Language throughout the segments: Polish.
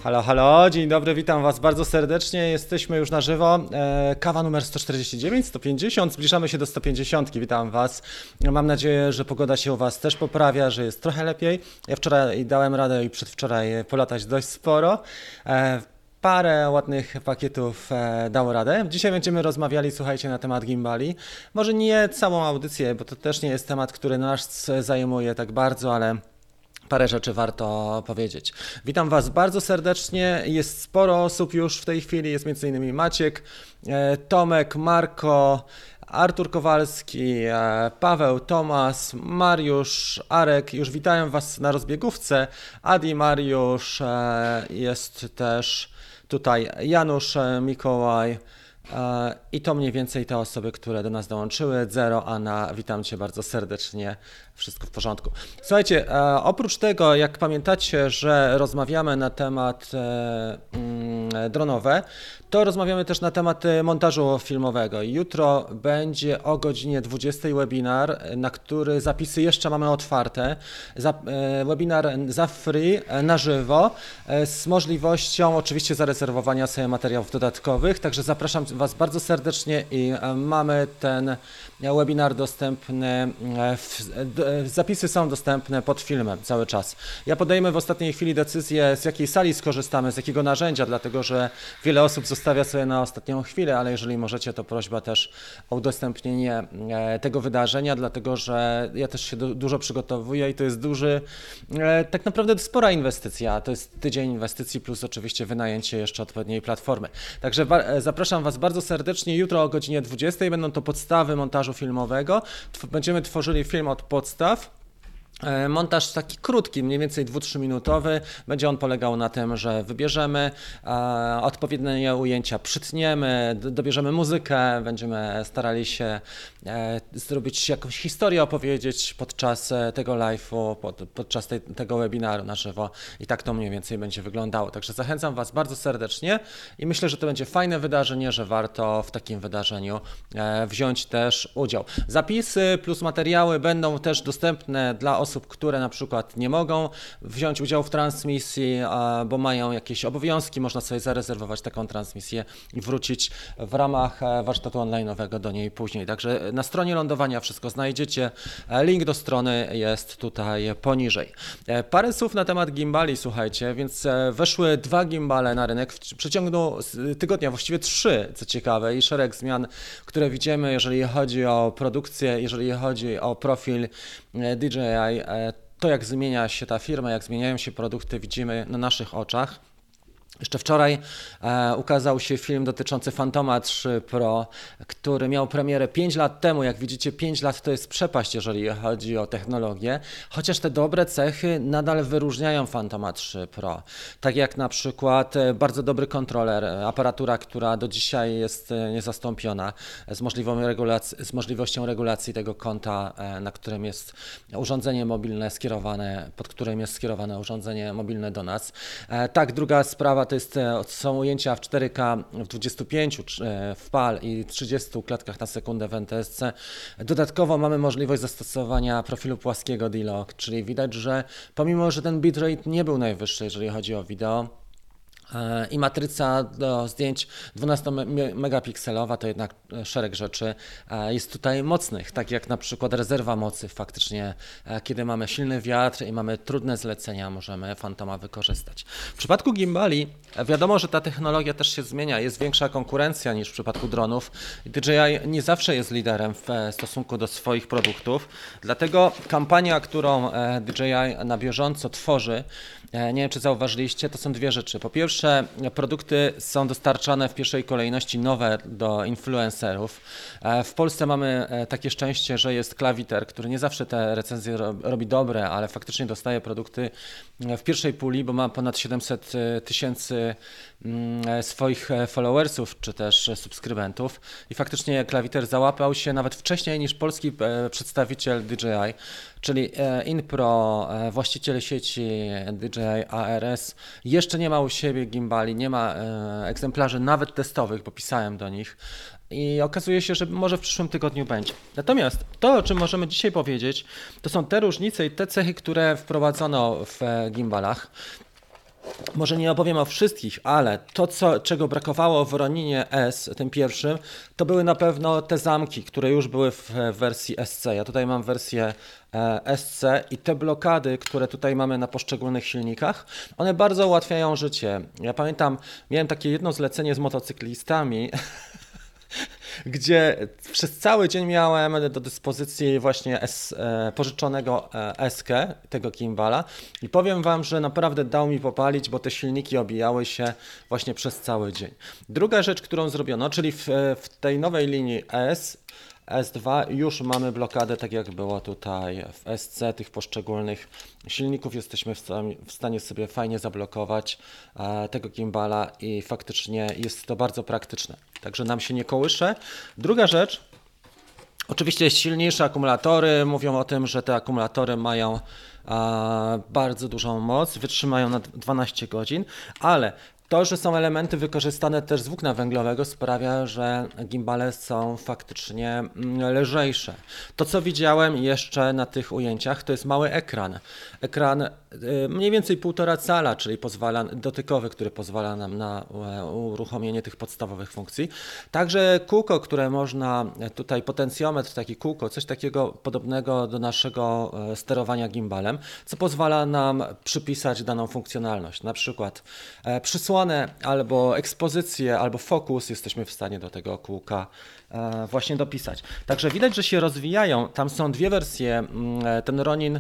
Halo, halo, dzień dobry, witam Was bardzo serdecznie. Jesteśmy już na żywo. Kawa numer 149, 150, zbliżamy się do 150. Witam Was. Mam nadzieję, że pogoda się u Was też poprawia, że jest trochę lepiej. Ja wczoraj dałem radę i przedwczoraj polatać dość sporo. Parę ładnych pakietów dało radę. Dzisiaj będziemy rozmawiali, słuchajcie, na temat gimbali. Może nie całą audycję, bo to też nie jest temat, który nas zajmuje tak bardzo, ale parę rzeczy warto powiedzieć. Witam Was bardzo serdecznie. Jest sporo osób już w tej chwili. Jest m.in. Maciek, Tomek, Marko, Artur Kowalski, Paweł, Tomasz, Mariusz, Arek. Już witają Was na rozbiegówce. Adi, Mariusz, jest też tutaj Janusz, Mikołaj. I to mniej więcej te osoby, które do nas dołączyły. Zero, Anna, witam Cię bardzo serdecznie. Wszystko w porządku. Słuchajcie, oprócz tego, jak pamiętacie, że rozmawiamy na temat dronowe, to rozmawiamy też na temat montażu filmowego. Jutro będzie o godzinie 20 webinar, na który zapisy jeszcze mamy otwarte. Webinar za free, na żywo, z możliwością oczywiście zarezerwowania sobie materiałów dodatkowych. Także zapraszam Was bardzo serdecznie i mamy ten webinar dostępny, zapisy są dostępne pod filmem cały czas. Ja podejmę w ostatniej chwili decyzję, z jakiej sali skorzystamy, z jakiego narzędzia, dlatego że wiele osób zostawia sobie na ostatnią chwilę, ale jeżeli możecie, to prośba też o udostępnienie tego wydarzenia, dlatego że ja też się dużo przygotowuję i to jest tak naprawdę spora inwestycja. To jest tydzień inwestycji plus oczywiście wynajęcie jeszcze odpowiedniej platformy. Także zapraszam Was bardzo serdecznie. Jutro o godzinie 20 będą to podstawy montażu filmowego. Będziemy tworzyli film od podstaw. Montaż taki krótki, mniej więcej 2-3 minutowy. Będzie on polegał na tym, że wybierzemy odpowiednie ujęcia, przytniemy, dobierzemy muzykę, będziemy starali się zrobić jakąś historię, opowiedzieć podczas tego live'u, podczas tego webinaru na żywo i tak to mniej więcej będzie wyglądało. Także zachęcam Was bardzo serdecznie i myślę, że to będzie fajne wydarzenie, że warto w takim wydarzeniu wziąć też udział. Zapisy plus materiały będą też dostępne dla osób, które na przykład nie mogą wziąć udziału w transmisji, bo mają jakieś obowiązki, można sobie zarezerwować taką transmisję i wrócić w ramach warsztatu online'owego do niej później. Także na stronie lądowania wszystko znajdziecie. Link do strony jest tutaj poniżej. Parę słów na temat gimbali, słuchajcie, więc weszły 2 gimbale na rynek w przeciągu tygodnia, właściwie 3, co ciekawe, i szereg zmian, które widzimy, jeżeli chodzi o produkcję, jeżeli chodzi o profil DJI, to jak zmienia się ta firma, jak zmieniają się produkty, widzimy na naszych oczach. Jeszcze wczoraj ukazał się film dotyczący Phantoma 3 Pro, który miał premierę 5 lat temu. Jak widzicie, 5 lat to jest przepaść, jeżeli chodzi o technologię, chociaż te dobre cechy nadal wyróżniają Phantoma 3 Pro. Tak jak na przykład bardzo dobry kontroler, aparatura, która do dzisiaj jest niezastąpiona, z możliwością regulacji tego kąta, na którym jest urządzenie mobilne skierowane, pod którym jest skierowane urządzenie mobilne do nas. Tak, druga sprawa to są ujęcia w 4K w 25 w PAL i 30 klatkach na sekundę w NTSC. Dodatkowo mamy możliwość zastosowania profilu płaskiego D-Log, czyli widać, że pomimo, że ten bitrate nie był najwyższy, jeżeli chodzi o wideo, i matryca do zdjęć 12-megapikselowa, to jednak szereg rzeczy jest tutaj mocnych, tak jak na przykład rezerwa mocy. Faktycznie, kiedy mamy silny wiatr i mamy trudne zlecenia, możemy Phantoma wykorzystać. W przypadku gimbali wiadomo, że ta technologia też się zmienia, jest większa konkurencja niż w przypadku dronów. DJI nie zawsze jest liderem w stosunku do swoich produktów, dlatego kampania, którą DJI na bieżąco tworzy, nie wiem, czy zauważyliście, to są 2 rzeczy. Po pierwsze, produkty są dostarczane w pierwszej kolejności nowe do influencerów. W Polsce mamy takie szczęście, że jest Klawiter, który nie zawsze te recenzje robi dobre, ale faktycznie dostaje produkty w pierwszej puli, bo ma ponad 700 000 swoich followersów czy też subskrybentów i faktycznie Klawiter załapał się nawet wcześniej niż polski przedstawiciel DJI, czyli InPro, właściciel sieci DJI ARS, jeszcze nie ma u siebie gimbali, nie ma egzemplarzy nawet testowych, bo pisałem do nich i okazuje się, że może w przyszłym tygodniu będzie. Natomiast to, o czym możemy dzisiaj powiedzieć, to są te różnice i te cechy, które wprowadzono w gimbalach. Może nie opowiem o wszystkich, ale to, czego brakowało w Roninie S, tym pierwszym, to były na pewno te zamki, które już były w wersji SC. Ja tutaj mam wersję SC i te blokady, które tutaj mamy na poszczególnych silnikach, one bardzo ułatwiają życie. Ja pamiętam, miałem takie jedno zlecenie z motocyklistami, gdzie przez cały dzień miałem do dyspozycji właśnie pożyczonego S-kę, tego gimbala i powiem Wam, że naprawdę dał mi popalić, bo te silniki obijały się właśnie przez cały dzień. Druga rzecz, którą zrobiono, czyli w tej nowej linii S2 już mamy blokadę, tak jak było tutaj w SC, tych poszczególnych silników jesteśmy w stanie sobie fajnie zablokować tego gimbala i faktycznie jest to bardzo praktyczne. Także nam się nie kołysze. Druga rzecz, oczywiście silniejsze akumulatory, mówią o tym, że te akumulatory mają bardzo dużą moc, wytrzymają na 12 godzin, ale to, że są elementy wykorzystane też z włókna węglowego sprawia, że gimbale są faktycznie lżejsze. To, co widziałem jeszcze na tych ujęciach, to jest mały ekran. Ekran mniej więcej 1,5 cala, czyli dotykowy, który pozwala nam na uruchomienie tych podstawowych funkcji. Także kółko, które można, tutaj potencjometr, taki kółko, coś takiego podobnego do naszego sterowania gimbalem, co pozwala nam przypisać daną funkcjonalność. Na przykład przysłonę albo ekspozycję, albo fokus jesteśmy w stanie do tego kółka właśnie dopisać. Także widać, że się rozwijają. Tam są dwie wersje. Ten Ronin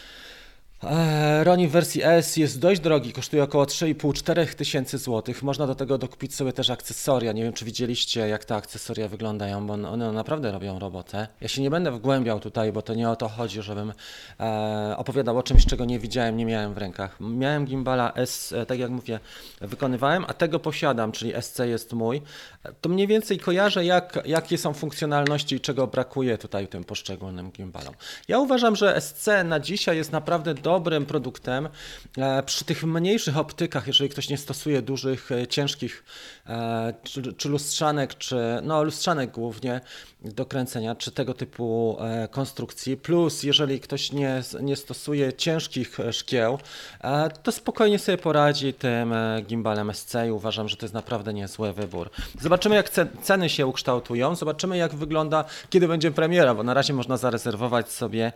w wersji S jest dość drogi, kosztuje około 3,5–4 tysięcy złotych. Można do tego dokupić sobie też akcesoria. Nie wiem, czy widzieliście, jak te akcesoria wyglądają, bo one naprawdę robią robotę. Ja się nie będę wgłębiał tutaj, bo to nie o to chodzi, żebym opowiadał o czymś, czego nie widziałem, nie miałem w rękach. Miałem gimbala S, tak jak mówię, wykonywałem, a tego posiadam, czyli SC jest mój. To mniej więcej kojarzę, jakie są funkcjonalności i czego brakuje tutaj tym poszczególnym gimbalom. Ja uważam, że SC na dzisiaj jest naprawdę dobrym produktem. Przy tych mniejszych optykach, jeżeli ktoś nie stosuje dużych, ciężkich czy lustrzanek, lustrzanek głównie do kręcenia, czy tego typu konstrukcji, plus jeżeli ktoś nie stosuje ciężkich szkieł, to spokojnie sobie poradzi tym gimbalem SC i uważam, że to jest naprawdę niezły wybór. Zobaczymy, jak ceny się ukształtują, zobaczymy, jak wygląda, kiedy będzie premiera, bo na razie można zarezerwować sobie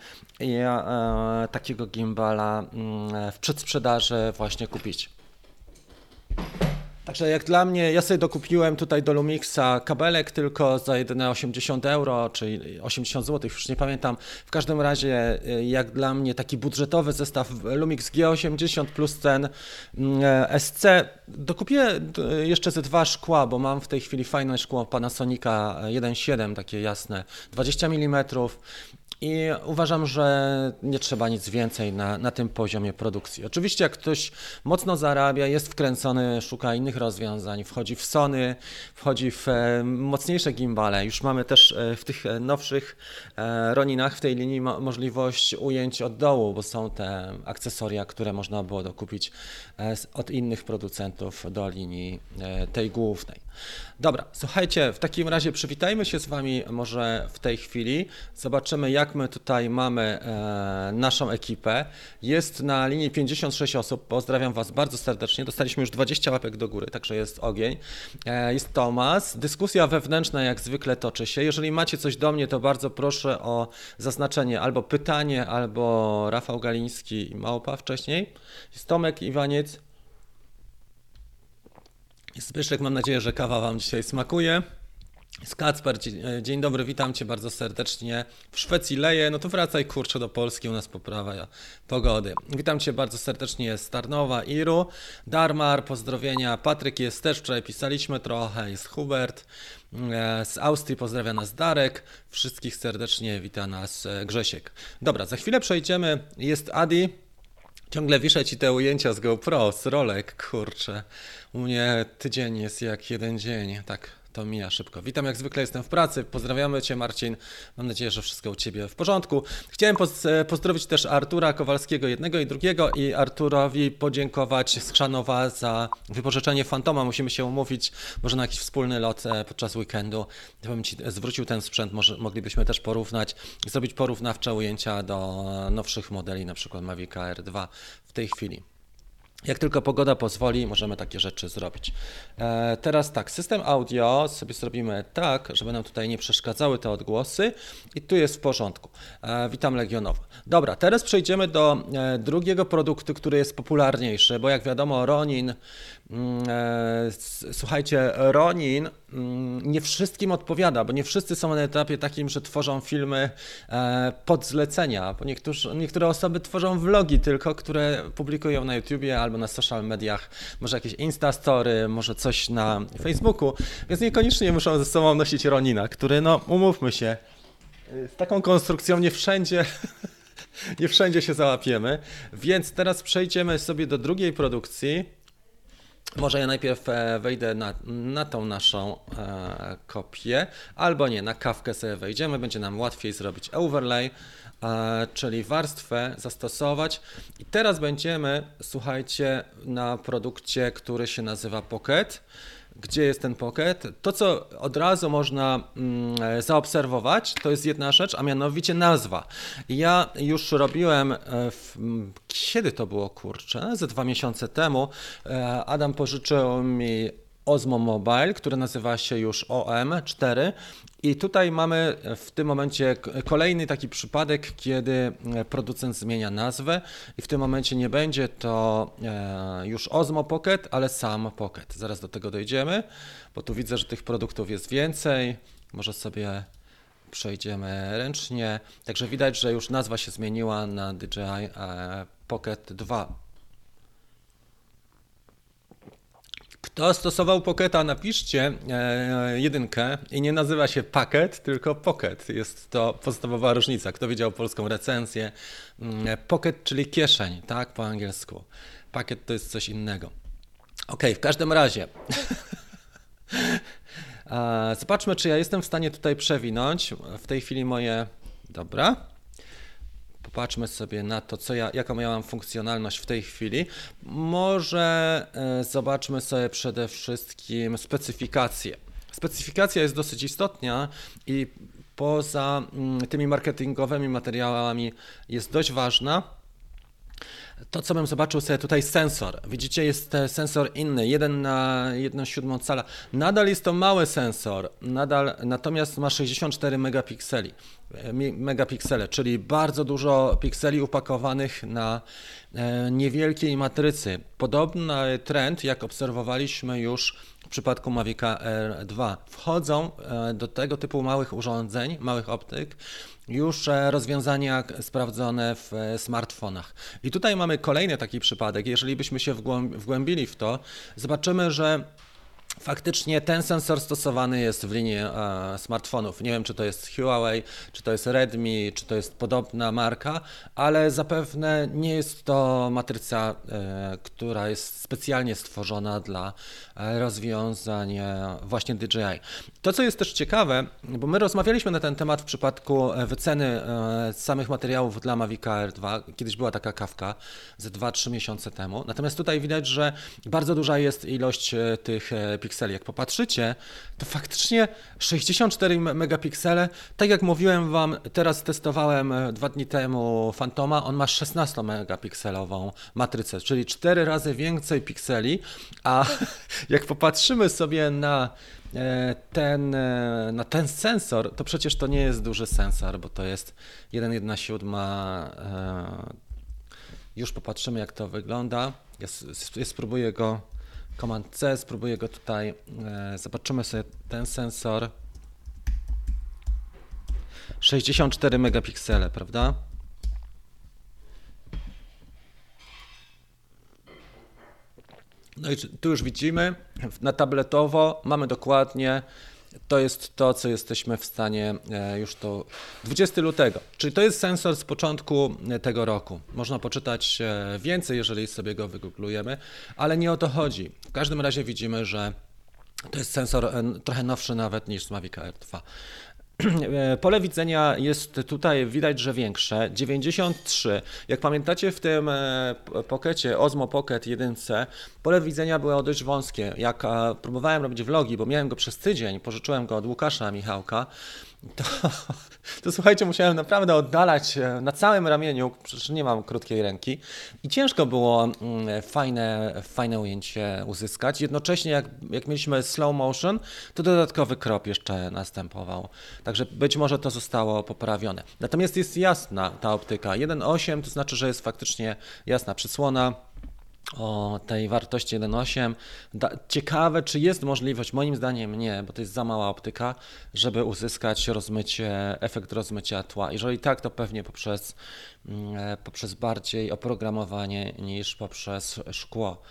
takiego gimbala w przedsprzedaży właśnie kupić. Także jak dla mnie, ja sobie dokupiłem tutaj do Lumixa kabelek tylko za jedyne 80 euro, czyli 80 zł, już nie pamiętam. W każdym razie jak dla mnie taki budżetowy zestaw Lumix G80 plus ten SC. Dokupiłem jeszcze ze 2 szkła, bo mam w tej chwili fajne szkło Panasonica 1.7, takie jasne, 20 mm. I uważam, że nie trzeba nic więcej na tym poziomie produkcji. Oczywiście jak ktoś mocno zarabia, jest wkręcony, szuka innych rozwiązań, wchodzi w Sony, wchodzi w mocniejsze gimbale. Już mamy też w tych nowszych Roninach w tej linii możliwość ujęć od dołu, bo są te akcesoria, które można było dokupić od innych producentów do linii tej głównej. Dobra, słuchajcie, w takim razie przywitajmy się z Wami może w tej chwili. Zobaczymy, jak my tutaj mamy naszą ekipę. Jest na linii 56 osób. Pozdrawiam Was bardzo serdecznie. Dostaliśmy już 20 łapek do góry, także jest ogień. Jest Tomasz. Dyskusja wewnętrzna jak zwykle toczy się. Jeżeli macie coś do mnie, to bardzo proszę o zaznaczenie albo pytanie, albo Rafał Galiński i Małpa wcześniej. Jest Tomek Iwaniec. Zbyszek, mam nadzieję, że kawa Wam dzisiaj smakuje. Jest Kacper, dzień dobry, witam Cię bardzo serdecznie. W Szwecji leje, no to wracaj kurczę do Polski, u nas poprawa pogody. Witam Cię bardzo serdecznie z Tarnowa, Iru, Darmar, pozdrowienia. Patryk jest też, wczoraj pisaliśmy trochę, jest Hubert. Z Austrii pozdrawia nas Darek, wszystkich serdecznie wita nas Grzesiek. Dobra, za chwilę przejdziemy, jest Adi. Ciągle wiszę Ci te ujęcia z GoPro, z rolek, kurczę. U mnie tydzień jest jak jeden dzień, tak to mija szybko. Witam, jak zwykle jestem w pracy, pozdrawiamy Cię Marcin, mam nadzieję, że wszystko u Ciebie w porządku. Chciałem pozdrowić też Artura Kowalskiego, jednego i drugiego, i Arturowi podziękować z Chrzanowa za wypożyczenie Fantoma. Musimy się umówić, może na jakiś wspólny lot podczas weekendu. Gdybym Ci zwrócił ten sprzęt, może moglibyśmy też porównać i zrobić porównawcze ujęcia do nowszych modeli, na przykład Mavic Air 2 w tej chwili. Jak tylko pogoda pozwoli, możemy takie rzeczy zrobić. Teraz tak, system audio sobie zrobimy tak, żeby nam tutaj nie przeszkadzały te odgłosy i tu jest w porządku. Witam legionowo. Dobra, teraz przejdziemy do drugiego produktu, który jest popularniejszy, bo jak wiadomo Ronin, słuchajcie, Ronin nie wszystkim odpowiada, bo nie wszyscy są na etapie takim, że tworzą filmy pod zlecenia, bo niektóre osoby tworzą vlogi tylko, które publikują na YouTubie albo na social mediach, może jakieś Instastory, może coś na Facebooku, więc niekoniecznie muszą ze sobą nosić Ronina, który, no umówmy się, z taką konstrukcją nie wszędzie się załapiemy, więc teraz przejdziemy sobie do drugiej produkcji. Może ja najpierw wejdę na tą naszą kopię, albo nie, na kawkę sobie wejdziemy, będzie nam łatwiej zrobić overlay, czyli warstwę zastosować. I teraz będziemy, słuchajcie, na produkcie, który się nazywa Pocket. Gdzie jest ten Pocket? To, co od razu można zaobserwować, to jest jedna rzecz, a mianowicie nazwa. Ja już robiłem, kiedy to było, kurczę, ze 2 miesiące temu, Adam pożyczył mi Osmo Mobile, który nazywa się już OM4 i tutaj mamy w tym momencie kolejny taki przypadek, kiedy producent zmienia nazwę i w tym momencie nie będzie to już Osmo Pocket, ale sam Pocket. Zaraz do tego dojdziemy, bo tu widzę, że tych produktów jest więcej. Może sobie przejdziemy ręcznie. Także widać, że już nazwa się zmieniła na DJI Pocket 2. Kto stosował Pocketa, napiszcie jedynkę i nie nazywa się Packet, tylko Pocket. Jest to podstawowa różnica. Kto widział polską recenzję? Pocket, czyli kieszeń, tak, po angielsku. Packet to jest coś innego. Ok, w każdym razie. Zobaczmy, czy ja jestem w stanie tutaj przewinąć. W tej chwili moje... Dobra. Popatrzmy sobie na to, jaką ja mam funkcjonalność w tej chwili. Może zobaczmy sobie przede wszystkim specyfikację. Specyfikacja jest dosyć istotna i poza tymi marketingowymi materiałami jest dość ważna. To, co bym zobaczył sobie tutaj, sensor. Widzicie, jest sensor inny, 1 na 1/7 cala. Nadal jest to mały sensor, natomiast ma 64 megapiksele, czyli bardzo dużo pikseli upakowanych na niewielkiej matrycy. Podobny trend, jak obserwowaliśmy już w przypadku Mavica Air 2. Wchodzą do tego typu małych urządzeń, małych optyk, już rozwiązania sprawdzone w smartfonach. I tutaj mamy kolejny taki przypadek. Jeżeli byśmy się wgłębili w to, zobaczymy, że faktycznie ten sensor stosowany jest w linii smartfonów. Nie wiem, czy to jest Huawei, czy to jest Redmi, czy to jest podobna marka, ale zapewne nie jest to matryca, która jest specjalnie stworzona dla rozwiązań właśnie DJI. To, co jest też ciekawe, bo my rozmawialiśmy na ten temat w przypadku wyceny samych materiałów dla Mavica Air 2. Kiedyś była taka kawka ze 2-3 miesiące temu. Natomiast tutaj widać, że bardzo duża jest ilość tych pikseli. Jak popatrzycie, to faktycznie 64 megapiksele, tak jak mówiłem Wam, teraz testowałem 2 dni temu Phantoma, on ma 16 megapikselową matrycę, czyli 4 razy więcej pikseli, a jak popatrzymy sobie na ten sensor, to przecież to nie jest duży sensor, bo to jest 1/7. Już popatrzymy, jak to wygląda. Ja spróbuję go, Command C, spróbuję go tutaj, zobaczymy sobie ten sensor. 64 megapiksele, prawda? No i tu już widzimy, na tabletowo mamy dokładnie, to jest to, co jesteśmy w stanie już to 20 lutego, czyli to jest sensor z początku tego roku. Można poczytać więcej, jeżeli sobie go wygooglujemy, ale nie o to chodzi. W każdym razie widzimy, że to jest sensor trochę nowszy nawet niż Mavic Air 2. Pole widzenia jest tutaj, widać, że większe, 93. Jak pamiętacie, w tym Pockecie, Osmo Pocket 1C, pole widzenia było dość wąskie. Jak próbowałem robić vlogi, bo miałem go przez tydzień, pożyczyłem go od Łukasza Michałka, to, to słuchajcie, musiałem naprawdę oddalać na całym ramieniu, przecież nie mam krótkiej ręki i ciężko było fajne ujęcie uzyskać. Jednocześnie jak mieliśmy slow motion, to dodatkowy crop jeszcze następował. Także być może to zostało poprawione. Natomiast jest jasna ta optyka. 1.8 to znaczy, że jest faktycznie jasna przysłona o tej wartości 1.8. Ciekawe, czy jest możliwość, moim zdaniem nie, bo to jest za mała optyka, żeby uzyskać efekt rozmycia tła. Jeżeli tak, to pewnie poprzez bardziej oprogramowanie niż poprzez szkło.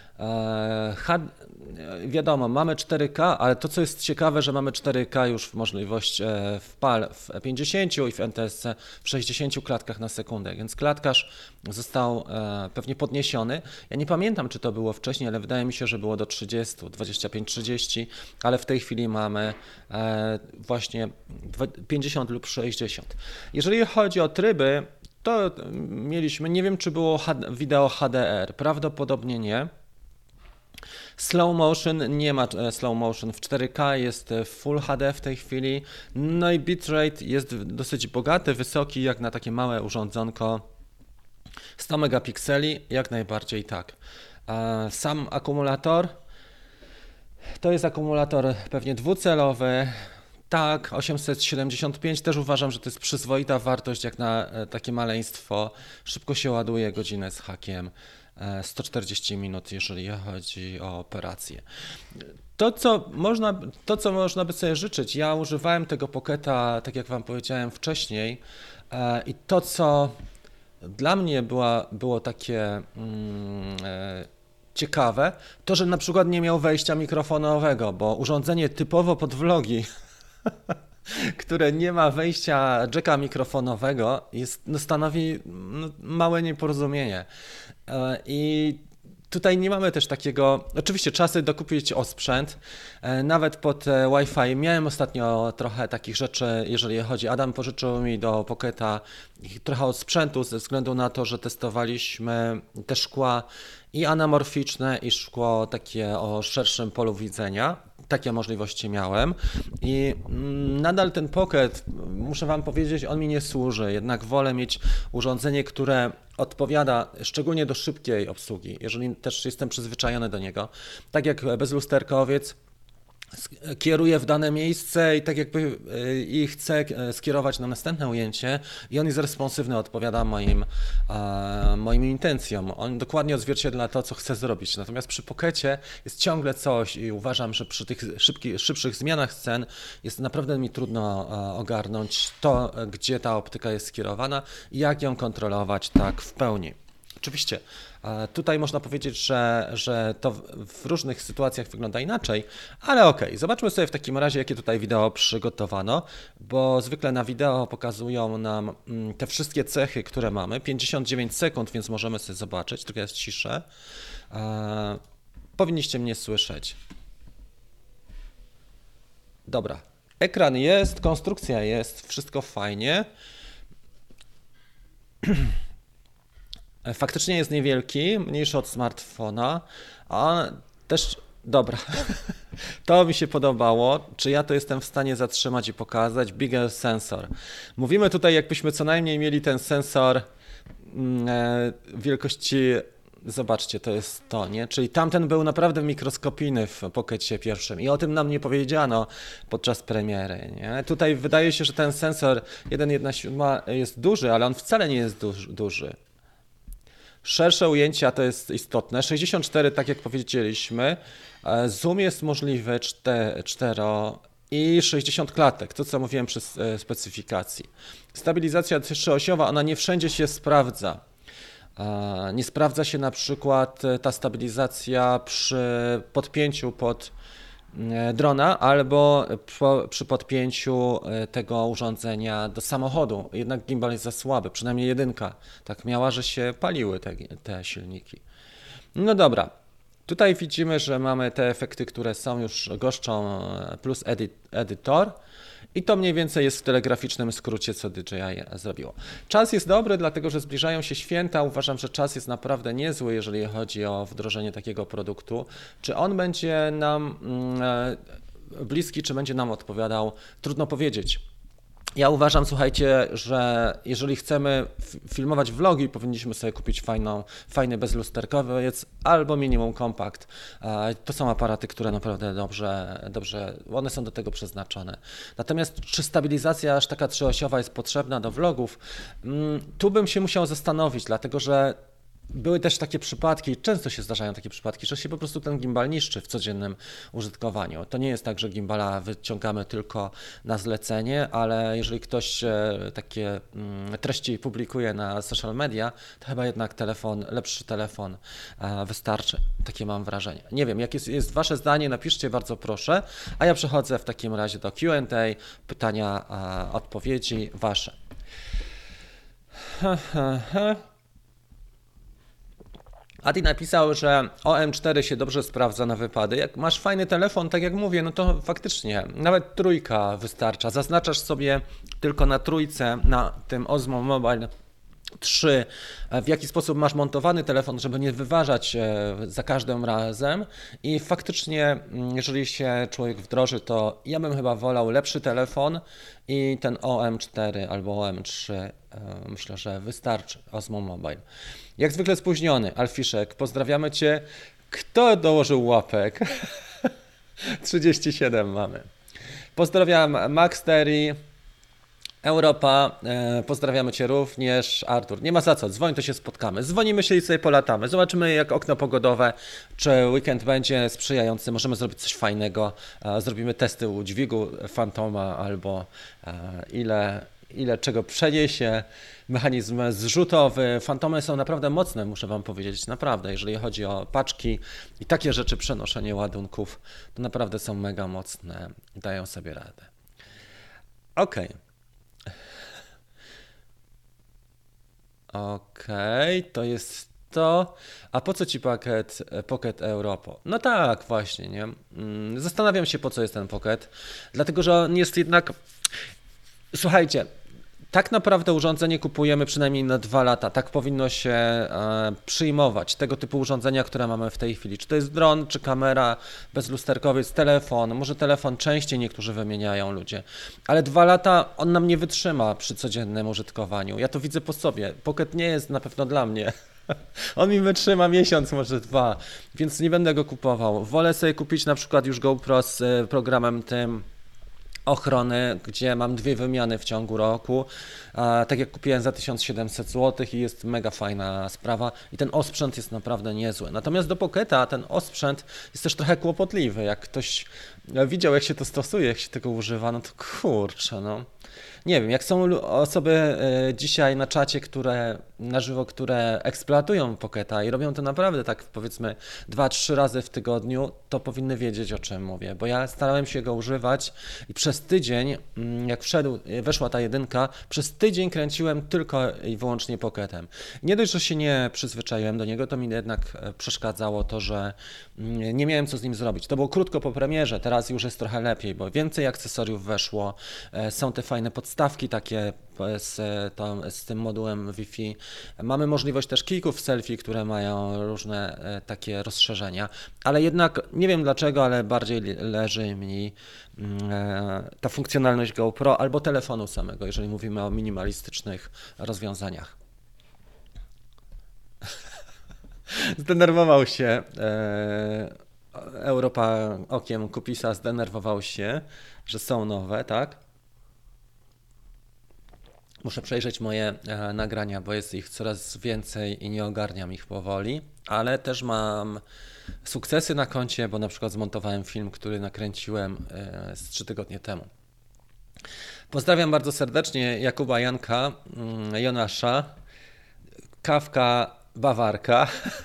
Wiadomo, mamy 4K, ale to co jest ciekawe, że mamy 4K już w możliwość w PAL w 50 i w NTSC w 60 klatkach na sekundę, więc klatkarz został pewnie podniesiony. Ja nie pamiętam, czy to było wcześniej, ale wydaje mi się, że było do 30, 25-30, ale w tej chwili mamy właśnie 50 lub 60. Jeżeli chodzi o tryby, to mieliśmy, nie wiem, czy było wideo HDR, prawdopodobnie nie. Slow motion, nie ma slow motion w 4K, jest Full HD w tej chwili, no i bitrate jest dosyć bogaty, wysoki, jak na takie małe urządzonko, 100 megapikseli, jak najbardziej tak. Sam akumulator, to jest akumulator pewnie dwucelowy, tak, 875 też uważam, że to jest przyzwoita wartość jak na takie maleństwo, szybko się ładuje, godzinę z hakiem. 140 minut, jeżeli chodzi o operację. To, co można by sobie życzyć, ja używałem tego Pocketa, tak jak Wam powiedziałem wcześniej, i to, co dla mnie było takie ciekawe, to, że na przykład nie miał wejścia mikrofonowego, bo urządzenie typowo pod vlogi które nie ma wejścia jacka mikrofonowego, stanowi małe nieporozumienie. I tutaj nie mamy też takiego, oczywiście trzeba sobie dokupić osprzęt, nawet pod Wi-Fi. Miałem ostatnio trochę takich rzeczy, jeżeli chodzi, Adam pożyczył mi do Pocketa trochę osprzętu ze względu na to, że testowaliśmy te szkła i anamorficzne i szkło takie o szerszym polu widzenia. Takie możliwości miałem i nadal ten Pocket, muszę Wam powiedzieć, on mi nie służy, jednak wolę mieć urządzenie, które odpowiada szczególnie do szybkiej obsługi, jeżeli też jestem przyzwyczajony do niego. Tak jak bezlusterkowiec, kieruję w dane miejsce i tak jakby i chcę skierować na następne ujęcie i on jest responsywny, odpowiada moim intencjom. On dokładnie odzwierciedla to, co chcę zrobić. Natomiast przy Pocketie jest ciągle coś i uważam, że przy tych szybszych zmianach scen jest naprawdę mi trudno ogarnąć to, gdzie ta optyka jest skierowana i jak ją kontrolować tak w pełni. Oczywiście tutaj można powiedzieć, że to w różnych sytuacjach wygląda inaczej, ale okej, zobaczmy sobie w takim razie, jakie tutaj wideo przygotowano, bo zwykle na wideo pokazują nam te wszystkie cechy, które mamy, 59 sekund, więc możemy sobie zobaczyć, tylko jest ciszę. Powinniście mnie słyszeć. Dobra, ekran jest, konstrukcja jest, wszystko fajnie. Faktycznie jest niewielki, mniejszy od smartfona, a też, dobra, to mi się podobało, czy ja to jestem w stanie zatrzymać i pokazać, bigger sensor. Mówimy tutaj, jakbyśmy co najmniej mieli ten sensor wielkości, zobaczcie, to jest to, nie? Czyli tamten był naprawdę mikroskopijny w Pockecie pierwszym i o tym nam nie powiedziano podczas premiery, nie? Tutaj wydaje się, że ten sensor 1,1/7 jest duży, ale on wcale nie jest duży. Szersze ujęcia to jest istotne. 64, tak jak powiedzieliśmy. Zoom jest możliwy 4 i 60 klatek, to co mówiłem przy specyfikacji. Stabilizacja trzyosiowa, ona nie wszędzie się sprawdza. Nie sprawdza się na przykład ta stabilizacja przy podpięciu pod drona albo przy podpięciu tego urządzenia do samochodu. Jednak gimbal jest za słaby, przynajmniej jedynka tak miała, że się paliły te silniki. No dobra, tutaj widzimy, że mamy te efekty, które są już goszczą plus editor. I to mniej więcej jest w telegraficznym skrócie, co DJI zrobiło. Czas jest dobry, dlatego że zbliżają się święta. Uważam, że czas jest naprawdę niezły, jeżeli chodzi o wdrożenie takiego produktu. Czy on będzie nam bliski, czy będzie nam odpowiadał? Trudno powiedzieć. Ja uważam, słuchajcie, że jeżeli chcemy filmować vlogi, powinniśmy sobie kupić fajny bezlusterkowiec albo minimum kompakt. To są aparaty, które naprawdę dobrze, one są do tego przeznaczone. Natomiast czy stabilizacja aż taka trzyosiowa jest potrzebna do vlogów? Tu bym się musiał zastanowić, dlatego że były też takie przypadki, często się zdarzają takie przypadki, że się po prostu ten gimbal niszczy w codziennym użytkowaniu. To nie jest tak, że gimbala wyciągamy tylko na zlecenie, ale jeżeli ktoś takie treści publikuje na social media, to chyba jednak lepszy telefon wystarczy. Takie mam wrażenie. Nie wiem, jakie jest Wasze zdanie, napiszcie bardzo proszę, a ja przechodzę w takim razie do Q&A, pytania, odpowiedzi Wasze. Adi napisał, że OM4 się dobrze sprawdza na wypady. Jak masz fajny telefon, tak jak mówię, no to faktycznie nawet trójka wystarcza. Zaznaczasz sobie tylko na trójce, na tym Osmo Mobile 3, w jaki sposób masz montowany telefon, żeby nie wyważać za każdym razem i faktycznie, jeżeli się człowiek wdroży, to ja bym chyba wolał lepszy telefon i ten OM4 albo OM3 myślę, że wystarczy, Osmo Mobile. Jak zwykle spóźniony, Alfiszek, pozdrawiamy Cię. Kto dołożył łapek? 37 mamy. Pozdrawiam Max Terry. Europa, pozdrawiamy Cię również, Artur. Nie ma za co, dzwoń, to się spotkamy. Dzwonimy się i sobie polatamy. Zobaczymy, jak okno pogodowe, czy weekend będzie sprzyjający. Możemy zrobić coś fajnego. Zrobimy testy u dźwigu Fantoma albo ile czego przeniesie. Mechanizm zrzutowy. Fantomy są naprawdę mocne, muszę Wam powiedzieć. Naprawdę, jeżeli chodzi o paczki i takie rzeczy, przenoszenie ładunków, to naprawdę są mega mocne. Dają sobie radę. Okej, to jest to. A po co Ci Pocket Europo? No tak, właśnie, nie? Zastanawiam się, po co jest ten Pocket. Dlatego, że on jest jednak... Słuchajcie, tak naprawdę urządzenie kupujemy przynajmniej na 2 lata. Tak powinno się przyjmować. Tego typu urządzenia, które mamy w tej chwili. Czy to jest dron, czy kamera, bezlusterkowiec, telefon. Może telefon częściej niektórzy wymieniają ludzie. Ale 2 lata on nam nie wytrzyma przy codziennym użytkowaniu. Ja to widzę po sobie. Pocket nie jest na pewno dla mnie. On mi wytrzyma miesiąc, może 2, więc nie będę go kupował. Wolę sobie kupić na przykład już GoPro z programem tym ochrony, gdzie mam 2 wymiany w ciągu roku, tak jak kupiłem za 1700 zł i jest mega fajna sprawa i ten osprzęt jest naprawdę niezły. Natomiast do Pocketa ten osprzęt jest też trochę kłopotliwy, jak ktoś widział, jak się to stosuje, jak się tego używa, no to kurczę, no. Nie wiem, jak są osoby dzisiaj na czacie, na żywo, które eksploatują Pocketa i robią to naprawdę tak powiedzmy 2-3 razy w tygodniu, to powinny wiedzieć, o czym mówię, bo ja starałem się go używać i przez tydzień, jak weszła ta 1, przez tydzień kręciłem tylko i wyłącznie Pocketem. Nie dość, że się nie przyzwyczaiłem do niego, to mi jednak przeszkadzało to, że nie miałem co z nim zrobić. To było krótko po premierze, teraz już jest trochę lepiej, bo więcej akcesoriów weszło, są te fajne podstawki takie z tym modułem Wi-Fi. Mamy możliwość też kijków selfie, które mają różne takie rozszerzenia, ale jednak nie wiem dlaczego, ale bardziej leży mi ta funkcjonalność GoPro albo telefonu samego, jeżeli mówimy o minimalistycznych rozwiązaniach. Zdenerwował się Europa okiem Kupisa, zdenerwował się, że są nowe, tak? Muszę przejrzeć moje nagrania, bo jest ich coraz więcej i nie ogarniam ich powoli, ale też mam sukcesy na koncie, bo na przykład zmontowałem film, który nakręciłem z 3 tygodnie temu. Pozdrawiam bardzo serdecznie Jakuba, Janka, Jonasza, kawka bawarka,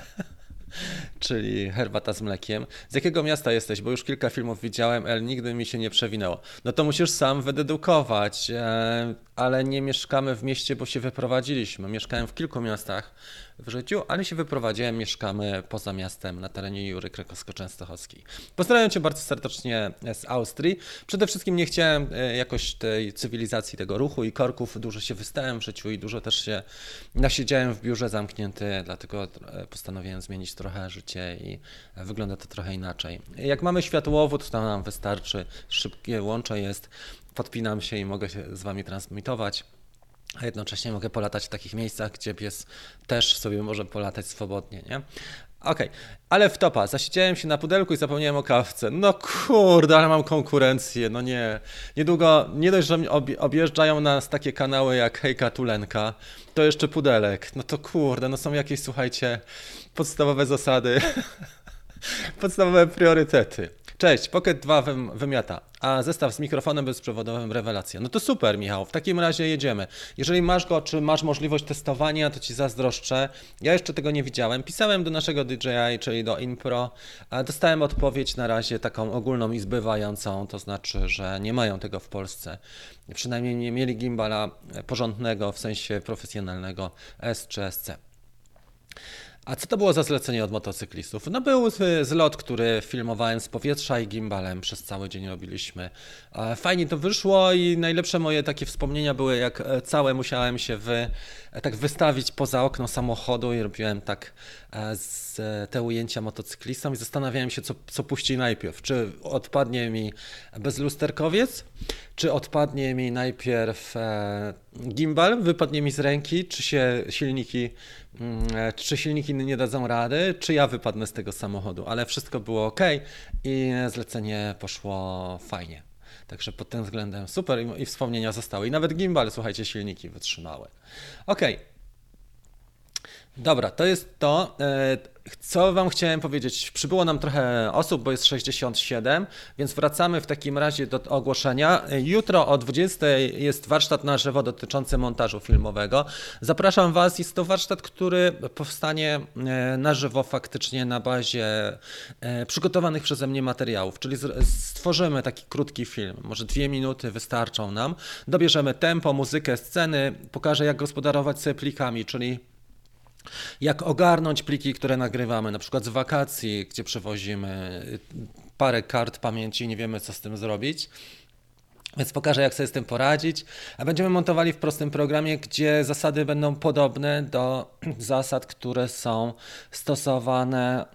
czyli herbata z mlekiem. Z jakiego miasta jesteś? Bo już kilka filmów widziałem, ale nigdy mi się nie przewinęło. No to musisz sam wydedukować, ale nie mieszkamy w mieście, bo się wyprowadziliśmy. Mieszkałem w kilku miastach w życiu, ale się wyprowadziłem, mieszkamy poza miastem na terenie Jury Krakowsko-Częstochowskiej. Pozdrawiam Cię bardzo serdecznie z Austrii. Przede wszystkim nie chciałem jakoś tej cywilizacji, tego ruchu i korków. Dużo się wystałem w życiu i dużo też się nasiedziałem w biurze zamknięty, dlatego postanowiłem zmienić trochę życie i wygląda to trochę inaczej. Jak mamy światłowód, to nam wystarczy, szybkie łącze jest. podpinam się i mogę się z wami transmitować. A jednocześnie mogę polatać w takich miejscach, gdzie pies też sobie może polatać swobodnie, nie? Okej, ale wtopa, zasiedziałem się na pudelku i zapomniałem o kawce. No kurde, ale mam konkurencję, no nie. Niedługo, nie dość, że objeżdżają nas takie kanały jak Hejka Tulenka, to jeszcze pudelek. No to kurde, no są jakieś, słuchajcie, podstawowe zasady, podstawowe priorytety. Cześć, Pocket 2 wymiata, a zestaw z mikrofonem bezprzewodowym rewelacja. No to super, Michał, w takim razie jedziemy. Jeżeli masz go, czy masz możliwość testowania, to ci zazdroszczę. Ja jeszcze tego nie widziałem. Pisałem do naszego DJI, czyli do InPro. Dostałem odpowiedź na razie taką ogólną i zbywającą, to znaczy, że nie mają tego w Polsce. Przynajmniej nie mieli gimbala porządnego, w sensie profesjonalnego S czy SC. A co to było za zlecenie od motocyklistów? No był zlot, który filmowałem z powietrza i gimbalem przez cały dzień robiliśmy. Fajnie to wyszło i najlepsze moje takie wspomnienia były, jak całe musiałem się tak wystawić poza okno samochodu i robiłem tak te ujęcia motocyklistą i zastanawiałem się, co puści najpierw. Czy odpadnie mi bezlusterkowiec, czy odpadnie mi najpierw gimbal, wypadnie mi z ręki, czy silniki nie dadzą rady, czy ja wypadnę z tego samochodu, ale wszystko było ok i zlecenie poszło fajnie. Także pod tym względem super i wspomnienia zostały. I nawet gimbal, słuchajcie, silniki wytrzymały. Ok. Dobra, to jest to. Co wam chciałem powiedzieć? Przybyło nam trochę osób, bo jest 67, więc wracamy w takim razie do ogłoszenia. Jutro o 20 jest warsztat na żywo dotyczący montażu filmowego. Zapraszam was, jest to warsztat, który powstanie na żywo faktycznie na bazie przygotowanych przeze mnie materiałów, czyli stworzymy taki krótki film, może 2 minuty wystarczą nam. Dobierzemy tempo, muzykę, sceny, pokażę jak gospodarować sobie plikami, czyli jak ogarnąć pliki, które nagrywamy, na przykład z wakacji, gdzie przewozimy parę kart pamięci i nie wiemy, co z tym zrobić. Więc pokażę, jak sobie z tym poradzić. A będziemy montowali w prostym programie, gdzie zasady będą podobne do zasad, które są stosowane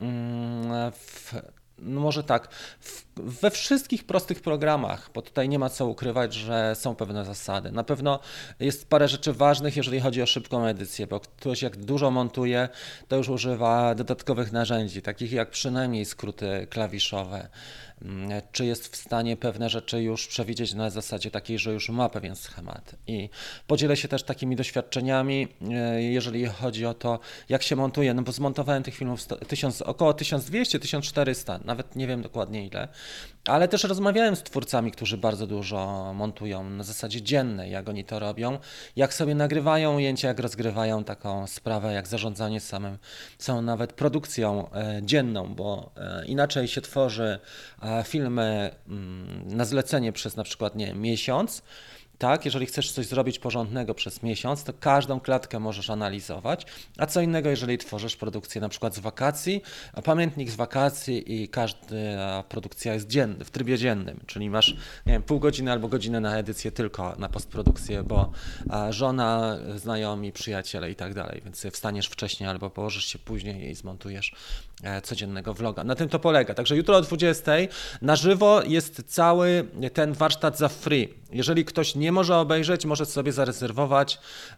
no może tak, we wszystkich prostych programach, bo tutaj nie ma co ukrywać, że są pewne zasady. Na pewno jest parę rzeczy ważnych, jeżeli chodzi o szybką edycję, bo ktoś jak dużo montuje, to już używa dodatkowych narzędzi, takich jak przynajmniej skróty klawiszowe, czy jest w stanie pewne rzeczy już przewidzieć na zasadzie takiej, że już ma pewien schemat. I podzielę się też takimi doświadczeniami, jeżeli chodzi o to, jak się montuje, no bo zmontowałem tych filmów około 1200-1400, nawet nie wiem dokładnie ile, ale też rozmawiałem z twórcami, którzy bardzo dużo montują na zasadzie dziennej, jak oni to robią, jak sobie nagrywają ujęcia, jak rozgrywają taką sprawę, jak zarządzanie samą nawet produkcją dzienną, bo inaczej się tworzy filmy na zlecenie przez na przykład miesiąc. Tak, jeżeli chcesz coś zrobić porządnego przez miesiąc, to każdą klatkę możesz analizować, a co innego, jeżeli tworzysz produkcję na przykład z wakacji, a pamiętnik z wakacji i każda produkcja jest w trybie dziennym, czyli masz, nie wiem, pół godziny albo godzinę na edycję tylko na postprodukcję, bo żona, znajomi, przyjaciele i tak dalej, więc wstaniesz wcześniej albo położysz się później i zmontujesz codziennego vloga. Na tym to polega. Także jutro o 20 na żywo jest cały ten warsztat za free. Jeżeli ktoś nie może obejrzeć, może sobie zarezerwować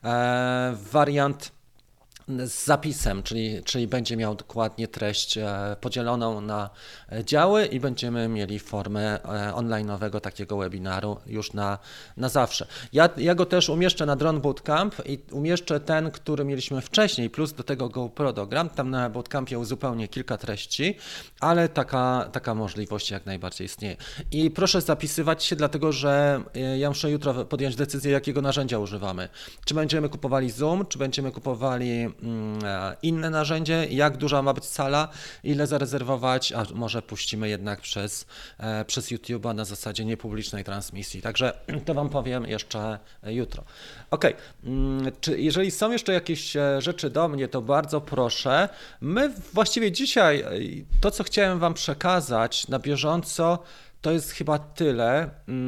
wariant z zapisem, czyli będzie miał dokładnie treść podzieloną na działy i będziemy mieli formę online'owego takiego webinaru już na zawsze. Ja go też umieszczę na Drone Bootcamp i umieszczę ten, który mieliśmy wcześniej, plus do tego GoPro dogram. Tam na Bootcampie uzupełnię kilka treści, ale taka możliwość jak najbardziej istnieje. I proszę zapisywać się, dlatego że ja muszę jutro podjąć decyzję, jakiego narzędzia używamy. Czy będziemy kupowali Zoom, czy będziemy kupowali inne narzędzie, jak duża ma być sala, ile zarezerwować, a może puścimy jednak przez YouTube'a na zasadzie niepublicznej transmisji. Także to wam powiem jeszcze jutro. Ok, jeżeli są jeszcze jakieś rzeczy do mnie, to bardzo proszę. My właściwie dzisiaj to, co chciałem wam przekazać na bieżąco, to jest chyba tyle.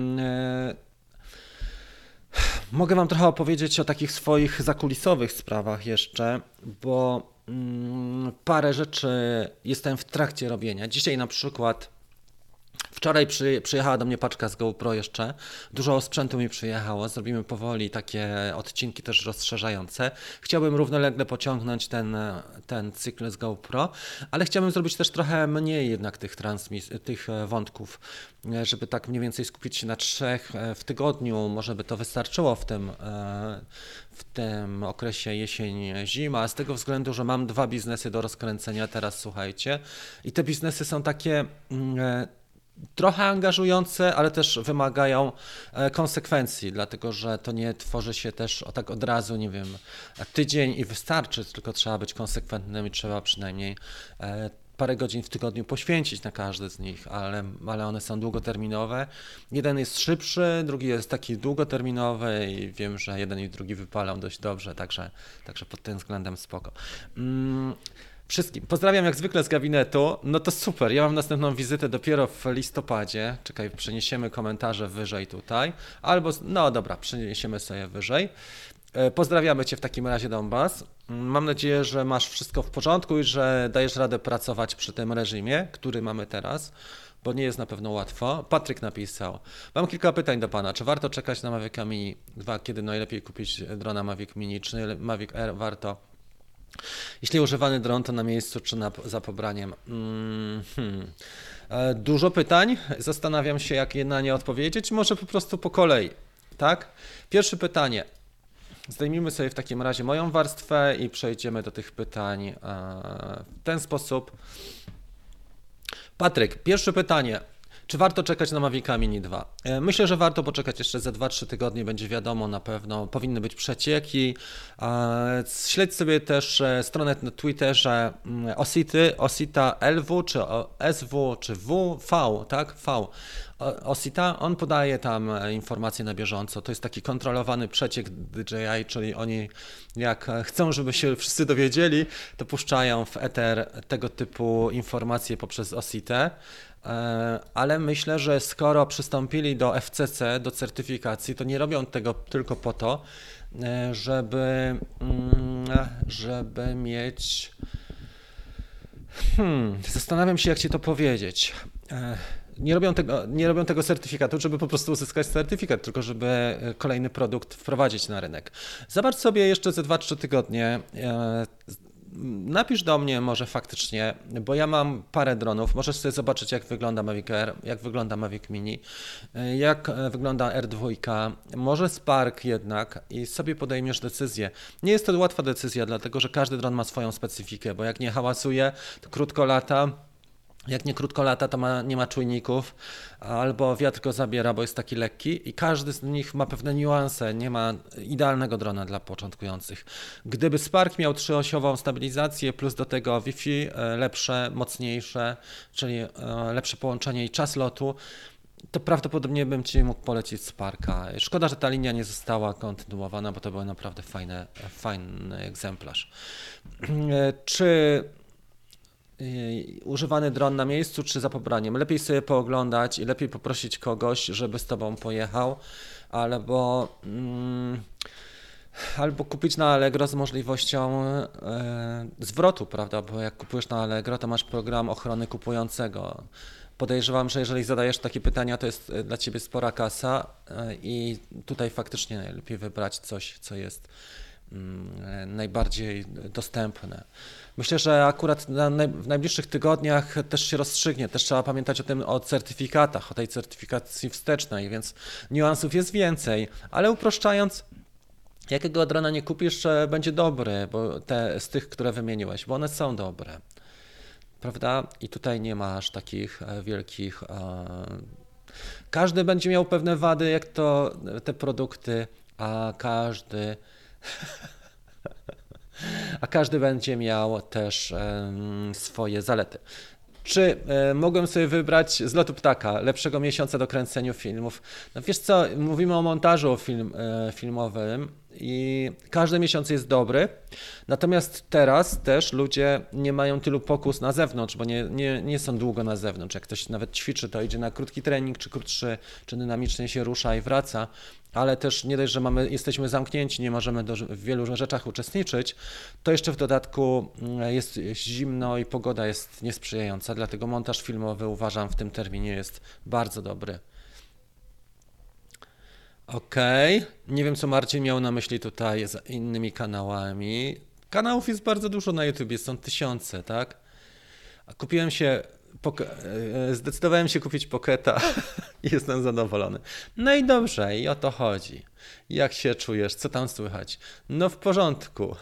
Mogę wam trochę opowiedzieć o takich swoich zakulisowych sprawach jeszcze, bo parę rzeczy jestem w trakcie robienia. Dzisiaj na przykład Wczoraj przyjechała do mnie paczka z GoPro jeszcze, dużo sprzętu mi przyjechało, zrobimy powoli takie odcinki też rozszerzające. Chciałbym równolegle pociągnąć ten cykl z GoPro, ale chciałbym zrobić też trochę mniej jednak tych wątków, żeby tak mniej więcej skupić się na 3 w tygodniu, może by to wystarczyło w tym okresie jesień-zima, z tego względu, że mam 2 biznesy do rozkręcenia teraz, słuchajcie, i te biznesy są takie trochę angażujące, ale też wymagają konsekwencji, dlatego że to nie tworzy się też tak od razu, nie wiem, tydzień i wystarczy, tylko trzeba być konsekwentnym i trzeba przynajmniej parę godzin w tygodniu poświęcić na każdy z nich, ale one są długoterminowe. Jeden jest szybszy, drugi jest taki długoterminowy i wiem, że jeden i drugi wypalą dość dobrze, także pod tym względem spoko. Wszystkim. Pozdrawiam jak zwykle z gabinetu. No to super, ja mam następną wizytę dopiero w listopadzie. Czekaj, przeniesiemy komentarze wyżej tutaj. Albo, no dobra, przeniesiemy sobie wyżej. Pozdrawiamy Cię w takim razie, Donbas. Mam nadzieję, że masz wszystko w porządku i że dajesz radę pracować przy tym reżimie, który mamy teraz, bo nie jest na pewno łatwo. Patryk napisał: mam kilka pytań do Pana. Czy warto czekać na Mavica Mini 2? Kiedy najlepiej kupić drona Mavic Mini? Czy Mavic Air warto? Jeśli używany dron, to na miejscu czy za pobraniem? Dużo pytań. Zastanawiam się, jak na nie odpowiedzieć. Może po prostu po kolei, tak? Pierwsze pytanie. Zdejmijmy sobie w takim razie moją warstwę i przejdziemy do tych pytań w ten sposób. Patryk, pierwsze pytanie. Czy warto czekać na Mavica Mini 2? Myślę, że warto poczekać jeszcze ze 2-3 tygodnie, będzie wiadomo na pewno, powinny być przecieki. Śledź sobie też stronę na Twitterze Osita LW, czy SW, czy V, tak? V. Osita, on podaje tam informacje na bieżąco. To jest taki kontrolowany przeciek DJI, czyli oni jak chcą, żeby się wszyscy dowiedzieli, to puszczają w eter tego typu informacje poprzez Ositę. Ale myślę, że skoro przystąpili do FCC, do certyfikacji, to nie robią tego tylko po to, żeby mieć... Zastanawiam się, jak Ci to powiedzieć. Nie robią tego certyfikatu, żeby po prostu uzyskać certyfikat, tylko żeby kolejny produkt wprowadzić na rynek. Zobacz sobie jeszcze ze 2-3 tygodnie. Napisz do mnie może faktycznie, bo ja mam parę dronów, możesz sobie zobaczyć, jak wygląda Mavic Air, jak wygląda Mavic Mini, jak wygląda R2, może Spark jednak i sobie podejmiesz decyzję. Nie jest to łatwa decyzja, dlatego że każdy dron ma swoją specyfikę, bo jak nie hałasuje, to krótko lata. Jak nie krótko lata, to nie ma czujników, albo wiatr go zabiera, bo jest taki lekki i każdy z nich ma pewne niuanse, nie ma idealnego drona dla początkujących. Gdyby Spark miał 3-osiową stabilizację, plus do tego Wi-Fi lepsze, mocniejsze, czyli lepsze połączenie i czas lotu, to prawdopodobnie bym Ci mógł polecić Sparka. Szkoda, że ta linia nie została kontynuowana, bo to był naprawdę fajny egzemplarz. Czy używany dron na miejscu, czy za pobraniem? Lepiej sobie pooglądać i lepiej poprosić kogoś, żeby z Tobą pojechał, albo kupić na Allegro z możliwością zwrotu, prawda? Bo jak kupujesz na Allegro, to masz program ochrony kupującego. Podejrzewam, że jeżeli zadajesz takie pytania, to jest dla Ciebie spora kasa i tutaj faktycznie najlepiej wybrać coś, co jest najbardziej dostępne. Myślę, że akurat w najbliższych tygodniach też się rozstrzygnie. Też trzeba pamiętać o certyfikatach, o tej certyfikacji wstecznej, więc niuansów jest więcej, ale uproszczając, jakiego drona nie kupisz, będzie dobry, bo z tych, które wymieniłeś, bo one są dobre, prawda? I tutaj nie ma aż takich wielkich... Każdy będzie miał pewne wady, jak to te produkty, a każdy będzie miał też swoje zalety. Czy mogłem sobie wybrać z lotu ptaka lepszego miesiąca do kręcenia filmów? No wiesz co, mówimy o montażu filmowym i każdy miesiąc jest dobry. Natomiast teraz też ludzie nie mają tylu pokus na zewnątrz, bo nie są długo na zewnątrz. Jak ktoś nawet ćwiczy, to idzie na krótki trening, czy krótszy, czy dynamicznie się rusza i wraca. Ale też nie dość, że jesteśmy zamknięci, nie możemy w wielu rzeczach uczestniczyć, to jeszcze w dodatku jest zimno i pogoda jest niesprzyjająca, dlatego montaż filmowy uważam w tym terminie jest bardzo dobry. Okej, nie wiem co Marcin miał na myśli tutaj z innymi kanałami. Kanałów jest bardzo dużo na YouTubie, są tysiące, tak? A zdecydowałem się kupić Pocketa i jestem zadowolony. No i dobrze, i o to chodzi. Jak się czujesz? Co tam słychać? No w porządku.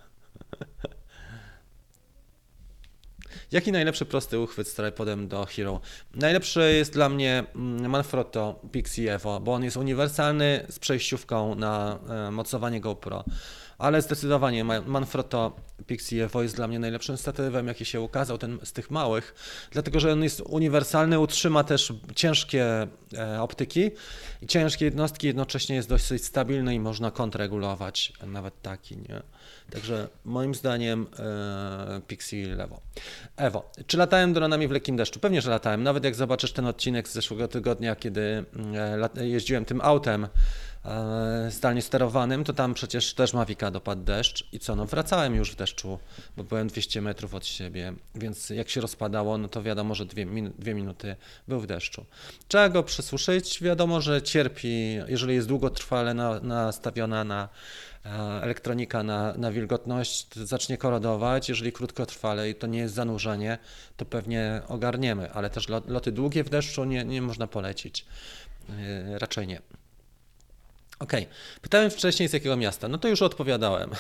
Jaki najlepszy prosty uchwyt z tripodem do Hero? Najlepszy jest dla mnie Manfrotto Pixie Evo, bo on jest uniwersalny z przejściówką na mocowanie GoPro. Ale zdecydowanie Manfrotto Pixie Evo jest dla mnie najlepszym statywem, jaki się ukazał, ten z tych małych, dlatego że on jest uniwersalny, utrzyma też ciężkie optyki i ciężkie jednostki, jednocześnie jest dosyć stabilny i można kąt regulować, nawet taki, nie? Także moim zdaniem Pixie Evo. Czy latałem dronami w lekkim deszczu? Pewnie, że latałem. Nawet jak zobaczysz ten odcinek z zeszłego tygodnia, kiedy jeździłem tym autem zdalnie sterowanym, to tam przecież też Mavica dopadł deszcz i co, no wracałem już w deszczu, bo byłem 200 metrów od siebie, więc jak się rozpadało, no to wiadomo, że 2 minuty był w deszczu. Trzeba go przysuszyć, wiadomo, że cierpi, jeżeli jest długotrwale nastawiona na elektronika na wilgotność, to zacznie korodować, jeżeli krótkotrwale i to nie jest zanurzenie, to pewnie ogarniemy, ale też loty długie w deszczu nie można polecić, raczej nie. Okej, pytałem wcześniej z jakiego miasta, no to już odpowiadałem.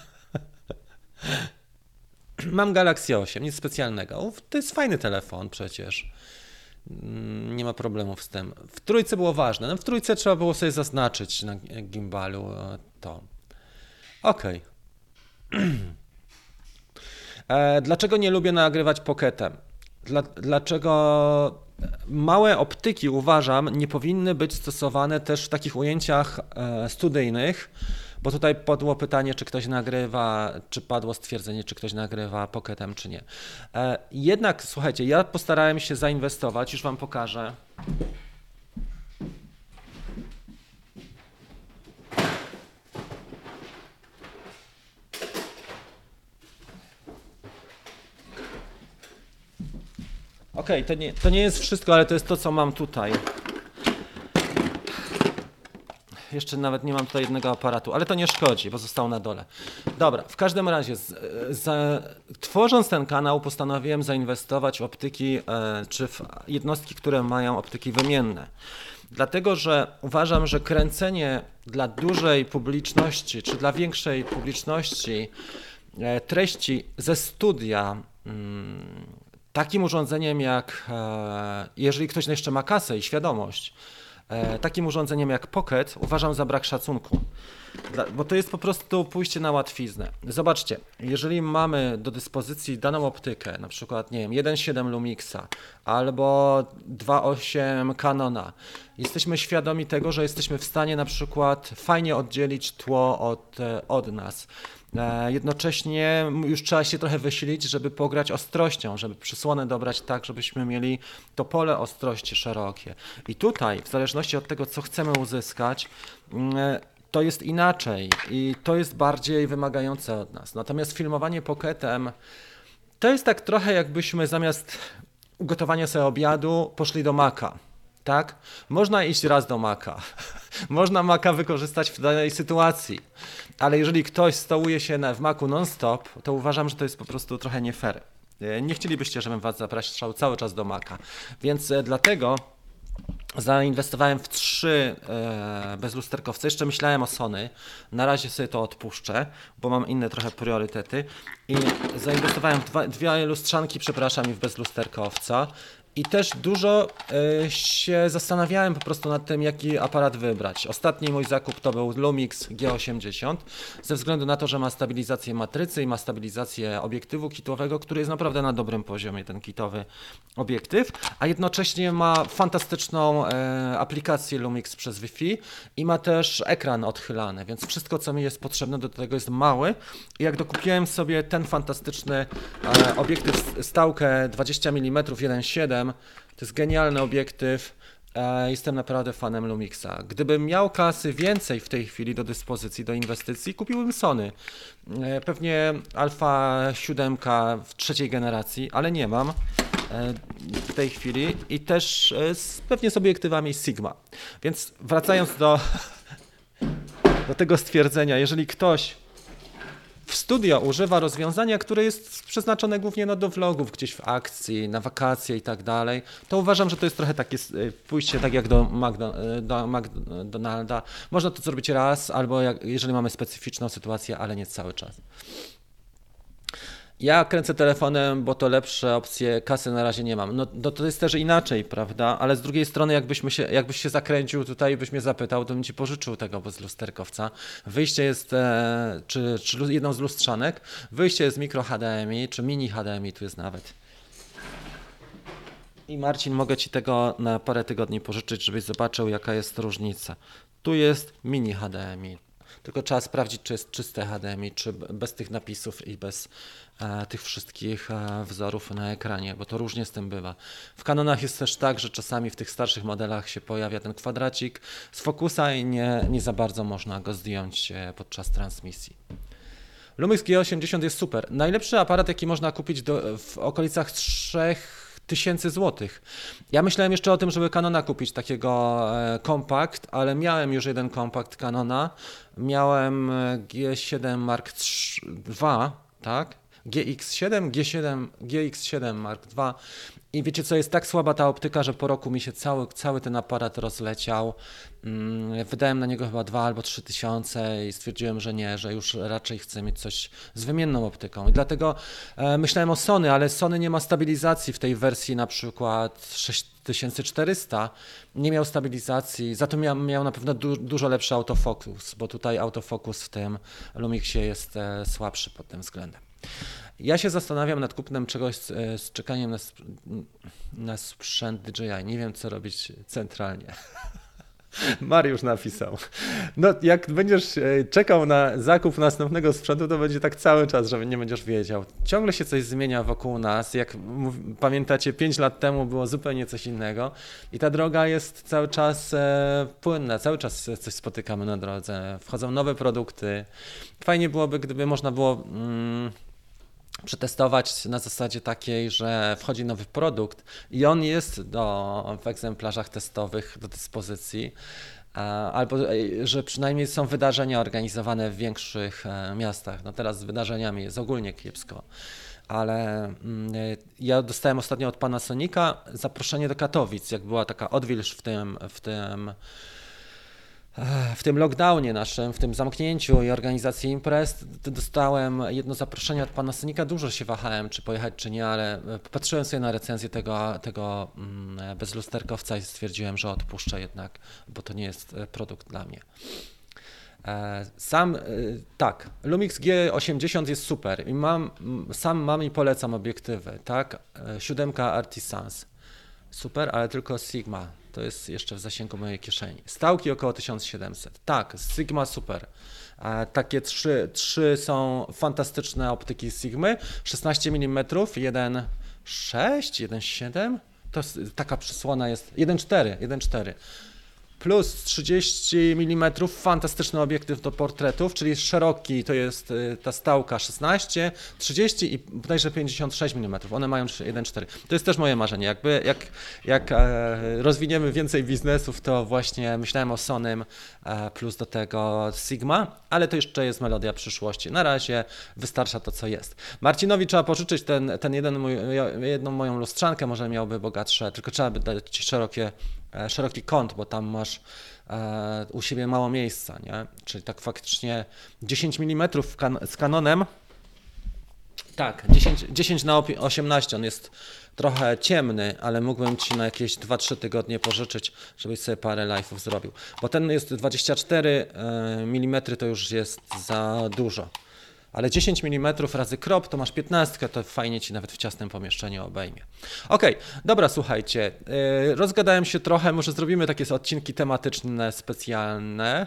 Mam Galaxy 8, nic specjalnego. To jest fajny telefon przecież. Nie ma problemów z tym. W trójce było ważne. No w trójce trzeba było sobie zaznaczyć na gimbalu to. Okej. Dlaczego nie lubię nagrywać Pocketem? Dlaczego małe optyki, uważam, nie powinny być stosowane też w takich ujęciach studyjnych, bo tutaj padło pytanie, czy ktoś nagrywa, czy padło stwierdzenie, czy ktoś nagrywa Pocketem, czy nie. Jednak, słuchajcie, ja postarałem się zainwestować, już Wam pokażę. Okej, to nie jest wszystko, ale to jest to, co mam tutaj. Jeszcze nawet nie mam tutaj jednego aparatu, ale to nie szkodzi, bo został na dole. Dobra, w każdym razie, tworząc ten kanał, postanowiłem zainwestować w optyki, czy w jednostki, które mają optyki wymienne. Dlatego, że uważam, że kręcenie dla dużej publiczności, czy dla większej publiczności treści ze studia, takim urządzeniem jak, jeżeli ktoś jeszcze ma kasę i świadomość, takim urządzeniem jak Pocket uważam za brak szacunku, bo to jest po prostu pójście na łatwiznę. Zobaczcie, jeżeli mamy do dyspozycji daną optykę, na przykład, nie wiem, 1.7 Lumixa albo 2.8 Canona, jesteśmy świadomi tego, że jesteśmy w stanie na przykład fajnie oddzielić tło od nas. Jednocześnie już trzeba się trochę wysilić, żeby pograć ostrością, żeby przysłonę dobrać tak, żebyśmy mieli to pole ostrości szerokie. I tutaj, w zależności od tego, co chcemy uzyskać, to jest inaczej i to jest bardziej wymagające od nas. Natomiast filmowanie Pocketem to jest tak trochę jakbyśmy zamiast ugotowania sobie obiadu poszli do Maka. Tak? Można iść raz do Maka. Można Maca wykorzystać w danej sytuacji. Ale jeżeli ktoś stołuje się w Macu non-stop, to uważam, że to jest po prostu trochę nie fair. Nie chcielibyście, żebym was zapraszał cały czas do Maca. Więc dlatego zainwestowałem w 3 bezlusterkowce. Jeszcze myślałem o Sony. Na razie sobie to odpuszczę, bo mam inne trochę priorytety. I zainwestowałem w 2 lustrzanki, przepraszam, i w bezlusterkowca. I też dużo się zastanawiałem po prostu nad tym, jaki aparat wybrać. Ostatni mój zakup to był Lumix G80, ze względu na to, że ma stabilizację matrycy i ma stabilizację obiektywu kitowego, który jest naprawdę na dobrym poziomie, ten kitowy obiektyw, a jednocześnie ma fantastyczną aplikację Lumix przez Wi-Fi i ma też ekran odchylany, więc wszystko, co mi jest potrzebne do tego jest mały. I jak dokupiłem sobie ten fantastyczny obiektyw stałkę 20 mm 1.7, to jest genialny obiektyw. Jestem naprawdę fanem Lumixa. Gdybym miał kasy więcej w tej chwili do dyspozycji, do inwestycji, kupiłbym Sony. Pewnie Alpha 7 w trzeciej generacji, ale nie mam w tej chwili i też pewnie z obiektywami Sigma. Więc wracając do tego stwierdzenia, jeżeli ktoś w studio używa rozwiązania, które jest przeznaczone głównie do vlogów, gdzieś w akcji, na wakacje i tak dalej, to uważam, że to jest trochę takie pójście tak jak do McDonalda. Można to zrobić raz, albo jeżeli mamy specyficzną sytuację, ale nie cały czas. Ja kręcę telefonem, bo to lepsze opcje, kasy na razie nie mam. No to jest też inaczej, prawda? Ale z drugiej strony, jakbyś się zakręcił tutaj, byś mnie zapytał, to bym ci pożyczył tego bezlusterkowca. Wyjście jest, czy jedną z lustrzanek, wyjście jest mikro HDMI, czy mini HDMI tu jest nawet. I Marcin, mogę ci tego na parę tygodni pożyczyć, żebyś zobaczył, jaka jest różnica. Tu jest mini HDMI. Tylko trzeba sprawdzić, czy jest czyste HDMI, czy bez tych napisów i bez tych wszystkich wzorów na ekranie, bo to różnie z tym bywa. W Canonach jest też tak, że czasami w tych starszych modelach się pojawia ten kwadracik z fokusa i nie za bardzo można go zdjąć podczas transmisji. Lumix G80 jest super. Najlepszy aparat, jaki można kupić w okolicach 3000 zł. Ja myślałem jeszcze o tym, żeby Canona kupić, takiego kompakt, ale miałem już jeden kompakt Canona. Miałem G7 Mark II, tak? GX7 Mark II i wiecie co, jest tak słaba ta optyka, że po roku mi się cały ten aparat rozleciał. Wydałem na niego chyba 2 albo 3 tysiące i stwierdziłem, że nie, że już raczej chcę mieć coś z wymienną optyką. I dlatego myślałem o Sony, ale Sony nie ma stabilizacji w tej wersji na przykład 6400. Nie miał stabilizacji, za to miał na pewno dużo lepszy autofokus, bo tutaj autofokus w tym Lumixie jest słabszy pod tym względem. Ja się zastanawiam nad kupnem czegoś z czekaniem na sprzęt DJI. Nie wiem, co robić centralnie. Mariusz napisał. No, jak będziesz czekał na zakup następnego sprzętu, to będzie tak cały czas, że nie będziesz wiedział. Ciągle się coś zmienia wokół nas. Jak pamiętacie, 5 lat temu było zupełnie coś innego i ta droga jest cały czas płynna, cały czas coś spotykamy na drodze. Wchodzą nowe produkty. Fajnie byłoby, gdyby można było przetestować na zasadzie takiej, że wchodzi nowy produkt i on jest w egzemplarzach testowych do dyspozycji, albo że przynajmniej są wydarzenia organizowane w większych miastach. No teraz z wydarzeniami jest ogólnie kiepsko, ale ja dostałem ostatnio od Panasonica zaproszenie do Katowic, jak była taka odwilż w tym lockdownie naszym, w tym zamknięciu i organizacji imprez, dostałem jedno zaproszenie od Panasonica. Dużo się wahałem, czy pojechać, czy nie, ale patrzyłem sobie na recenzję tego bezlusterkowca i stwierdziłem, że odpuszczę jednak, bo to nie jest produkt dla mnie. Tak, Lumix G80 jest super i mam i polecam obiektywy, tak? 7 Artisans, super, ale tylko Sigma. To jest jeszcze w zasięgu mojej kieszeni. Stałki około 1700. Tak, Sigma super. Takie trzy są fantastyczne optyki Sigmy. 16 mm, 1.6, 1.7. Taka przysłona jest 1.4. Plus 30 mm, fantastyczny obiektyw do portretów, czyli szeroki to jest ta stałka 16, 30 i bodajże 56 mm. One mają 1.4. To jest też moje marzenie. Jak rozwiniemy więcej biznesów, to właśnie myślałem o Sonym plus do tego Sigma, ale to jeszcze jest melodia przyszłości. Na razie wystarcza to, co jest. Marcinowi trzeba pożyczyć jedną moją lustrzankę, może miałby bogatsze, tylko trzeba by dać szeroki kąt, bo tam masz u siebie mało miejsca, nie? Czyli tak faktycznie 10 mm z Canonem Tak, 10 na 18, on jest trochę ciemny, ale mógłbym Ci na jakieś 2-3 tygodnie pożyczyć, żebyś sobie parę live'ów zrobił. Bo ten jest 24 mm, to już jest za dużo. Ale 10 mm razy crop to masz 15, to fajnie Ci nawet w ciasnym pomieszczeniu obejmie. Okej, dobra, słuchajcie, rozgadałem się trochę, może zrobimy takie odcinki tematyczne, specjalne.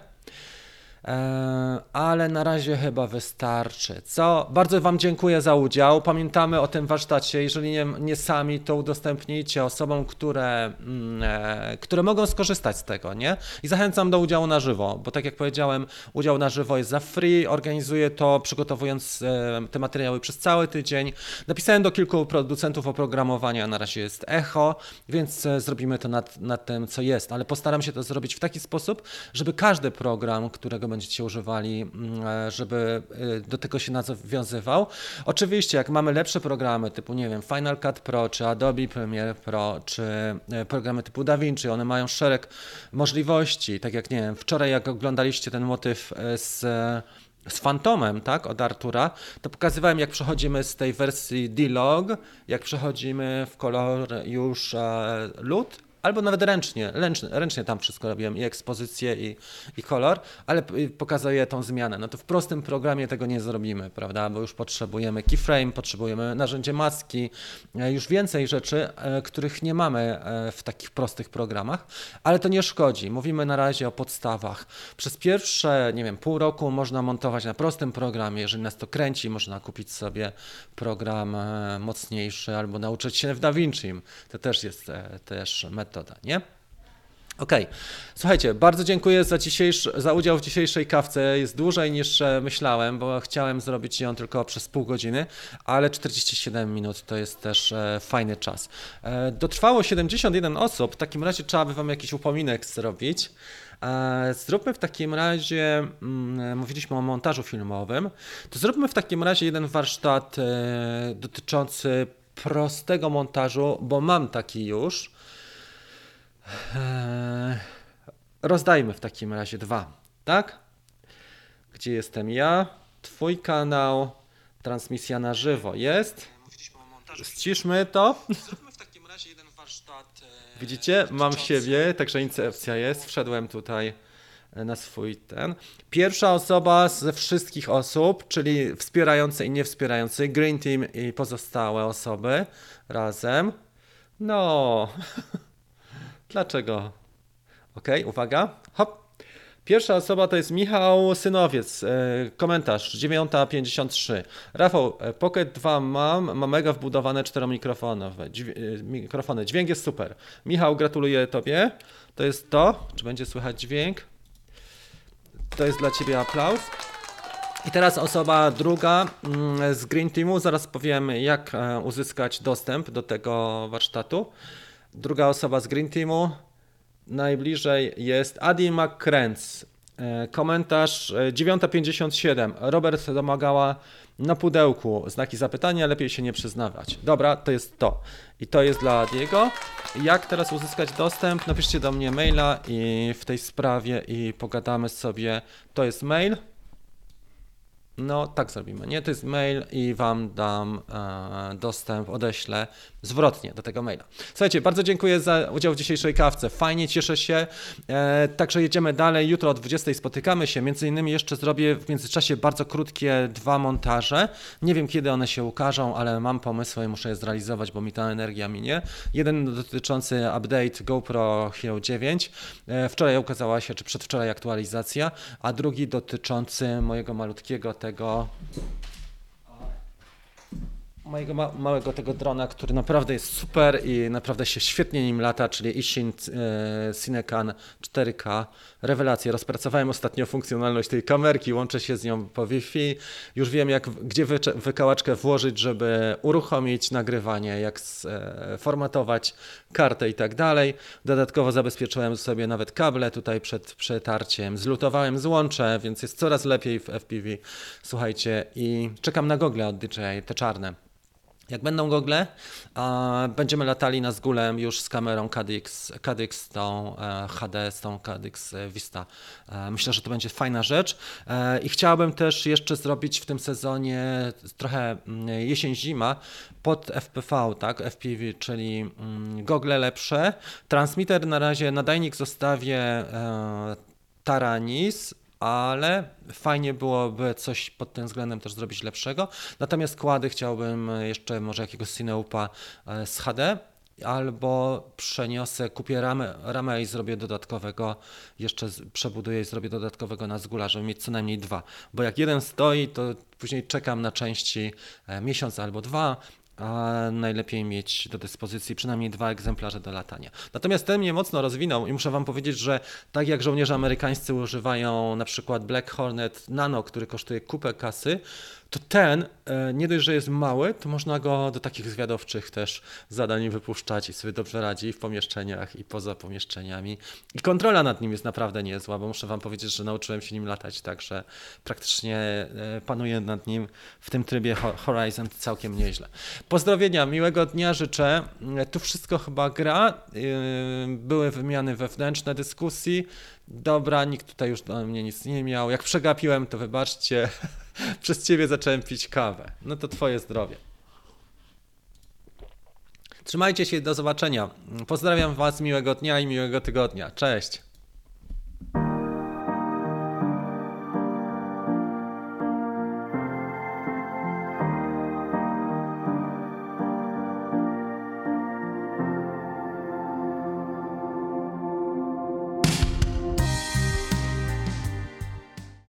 Ale na razie chyba wystarczy. Co? Bardzo Wam dziękuję za udział. Pamiętamy o tym warsztacie. Jeżeli nie sami, to udostępnijcie osobom, które mogą skorzystać z tego, nie? I zachęcam do udziału na żywo, bo tak jak powiedziałem, udział na żywo jest za free. Organizuję to, przygotowując te materiały przez cały tydzień. Napisałem do kilku producentów oprogramowania, na razie jest echo, więc zrobimy to nad tym, co jest, ale postaram się to zrobić w taki sposób, żeby każdy program, którego będziecie używali, żeby do tego się nawiązywał. Oczywiście, jak mamy lepsze programy typu, nie wiem, Final Cut Pro, czy Adobe Premiere Pro, czy programy typu DaVinci, one mają szereg możliwości, tak jak, nie wiem, wczoraj jak oglądaliście ten motyw z Phantomem, tak, od Artura, to pokazywałem, jak przechodzimy z tej wersji D-Log, jak przechodzimy w kolor już LUT, albo nawet ręcznie tam wszystko robiłem, i ekspozycję, i kolor, ale pokazuję tą zmianę. No to w prostym programie tego nie zrobimy, prawda, bo już potrzebujemy keyframe, potrzebujemy narzędzie maski, już więcej rzeczy, których nie mamy w takich prostych programach, ale to nie szkodzi. Mówimy na razie o podstawach. Przez pierwsze, nie wiem, pół roku można montować na prostym programie, jeżeli nas to kręci, można kupić sobie program mocniejszy albo nauczyć się w DaVinci. To też jest też metoda, nie? Okej. Słuchajcie, bardzo dziękuję za udział w dzisiejszej kawce. Jest dłużej niż myślałem, bo chciałem zrobić ją tylko przez pół godziny, ale 47 minut to jest też fajny czas. Dotrwało 71 osób, w takim razie trzeba by Wam jakiś upominek zrobić. Zróbmy w takim razie, mówiliśmy o montażu filmowym, to zróbmy w takim razie jeden warsztat dotyczący prostego montażu, bo mam taki już. Rozdajmy w takim razie 2, tak? Gdzie jestem ja? Twój kanał, transmisja na żywo jest. Ściszmy to. Zróbmy w takim razie jeden warsztat. Widzicie? Mam siebie, także incepcja jest. Wszedłem tutaj na swój ten. Pierwsza osoba ze wszystkich osób, czyli wspierający i niewspierający, Green Team i pozostałe osoby razem. No... Dlaczego? Okej, uwaga. Hop. Pierwsza osoba to jest Michał Synowiec. Komentarz 9:53. Rafał, Pocket 2 ma mega wbudowane 4-mikrofony. Mikrofony. Dźwięk jest super. Michał, gratuluję Tobie. To jest to. Czy będzie słychać dźwięk? To jest dla Ciebie aplauz. I teraz osoba druga z Green Teamu. Zaraz powiem, jak uzyskać dostęp do tego warsztatu. Druga osoba z Green Teamu, najbliżej jest Adi McCrance. Komentarz 9:57. Robert domagała na pudełku. Znaki zapytania, lepiej się nie przyznawać. Dobra, to jest to. I to jest dla Adiego. Jak teraz uzyskać dostęp? Napiszcie do mnie maila i w tej sprawie i pogadamy sobie. To jest mail. No tak zrobimy, nie? To jest mail i Wam dam dostęp, odeślę zwrotnie do tego maila. Słuchajcie, bardzo dziękuję za udział w dzisiejszej kawce, fajnie, cieszę się. Także jedziemy dalej, jutro o 20:00 spotykamy się, między innymi jeszcze zrobię w międzyczasie bardzo krótkie 2 montaże. Nie wiem, kiedy one się ukażą, ale mam pomysły i muszę je zrealizować, bo mi ta energia minie. Jeden dotyczący update GoPro Hero 9. Wczoraj ukazała się, czy przedwczoraj aktualizacja, a drugi dotyczący mojego malutkiego mojego małego tego drona, który naprawdę jest super i naprawdę się świetnie nim lata, czyli Ishin Cinecan 4K. Rewelacje. Rozpracowałem ostatnio funkcjonalność tej kamerki, łączę się z nią po Wi-Fi. Już wiem, gdzie wykałaczkę włożyć, żeby uruchomić nagrywanie, jak formatować kartę i tak dalej. Dodatkowo zabezpieczyłem sobie nawet kable tutaj przed przetarciem. Zlutowałem złącze, więc jest coraz lepiej w FPV. Słuchajcie, i czekam na gogle od DJI, te czarne. Jak będą gogle, będziemy latali na Zgulem już z kamerą Cadix z tą HD, z tą Cadix Vista. Myślę, że to będzie fajna rzecz. I chciałbym też jeszcze zrobić w tym sezonie trochę jesień-zima pod FPV, tak, FPV, czyli gogle lepsze. Transmitter na razie, nadajnik zostawię Taranis, ale fajnie byłoby coś pod tym względem też zrobić lepszego. Natomiast kłady chciałbym jeszcze może jakiegoś Cineupa z HD, albo kupię ramę i zrobię dodatkowego, jeszcze przebuduję i zrobię dodatkowego na Zgula, żeby mieć co najmniej dwa. Bo jak jeden stoi, to później czekam na części miesiąc albo dwa, a najlepiej mieć do dyspozycji przynajmniej 2 egzemplarze do latania. Natomiast ten mnie mocno rozwinął i muszę Wam powiedzieć, że tak jak żołnierze amerykańscy używają na przykład Black Hornet Nano, który kosztuje kupę kasy, to ten nie dość, że jest mały, to można go do takich zwiadowczych też zadań wypuszczać i sobie dobrze radzi w pomieszczeniach i poza pomieszczeniami. I kontrola nad nim jest naprawdę niezła, bo muszę Wam powiedzieć, że nauczyłem się nim latać, także praktycznie panuję nad nim w tym trybie Horizon całkiem nieźle. Pozdrowienia, miłego dnia życzę. Tu wszystko chyba gra. Były wymiany wewnętrzne dyskusji. Dobra, nikt tutaj już do mnie nic nie miał. Jak przegapiłem, to wybaczcie. Przez ciebie zacząłem pić kawę. No to twoje zdrowie. Trzymajcie się, do zobaczenia. Pozdrawiam was, miłego dnia i miłego tygodnia. Cześć.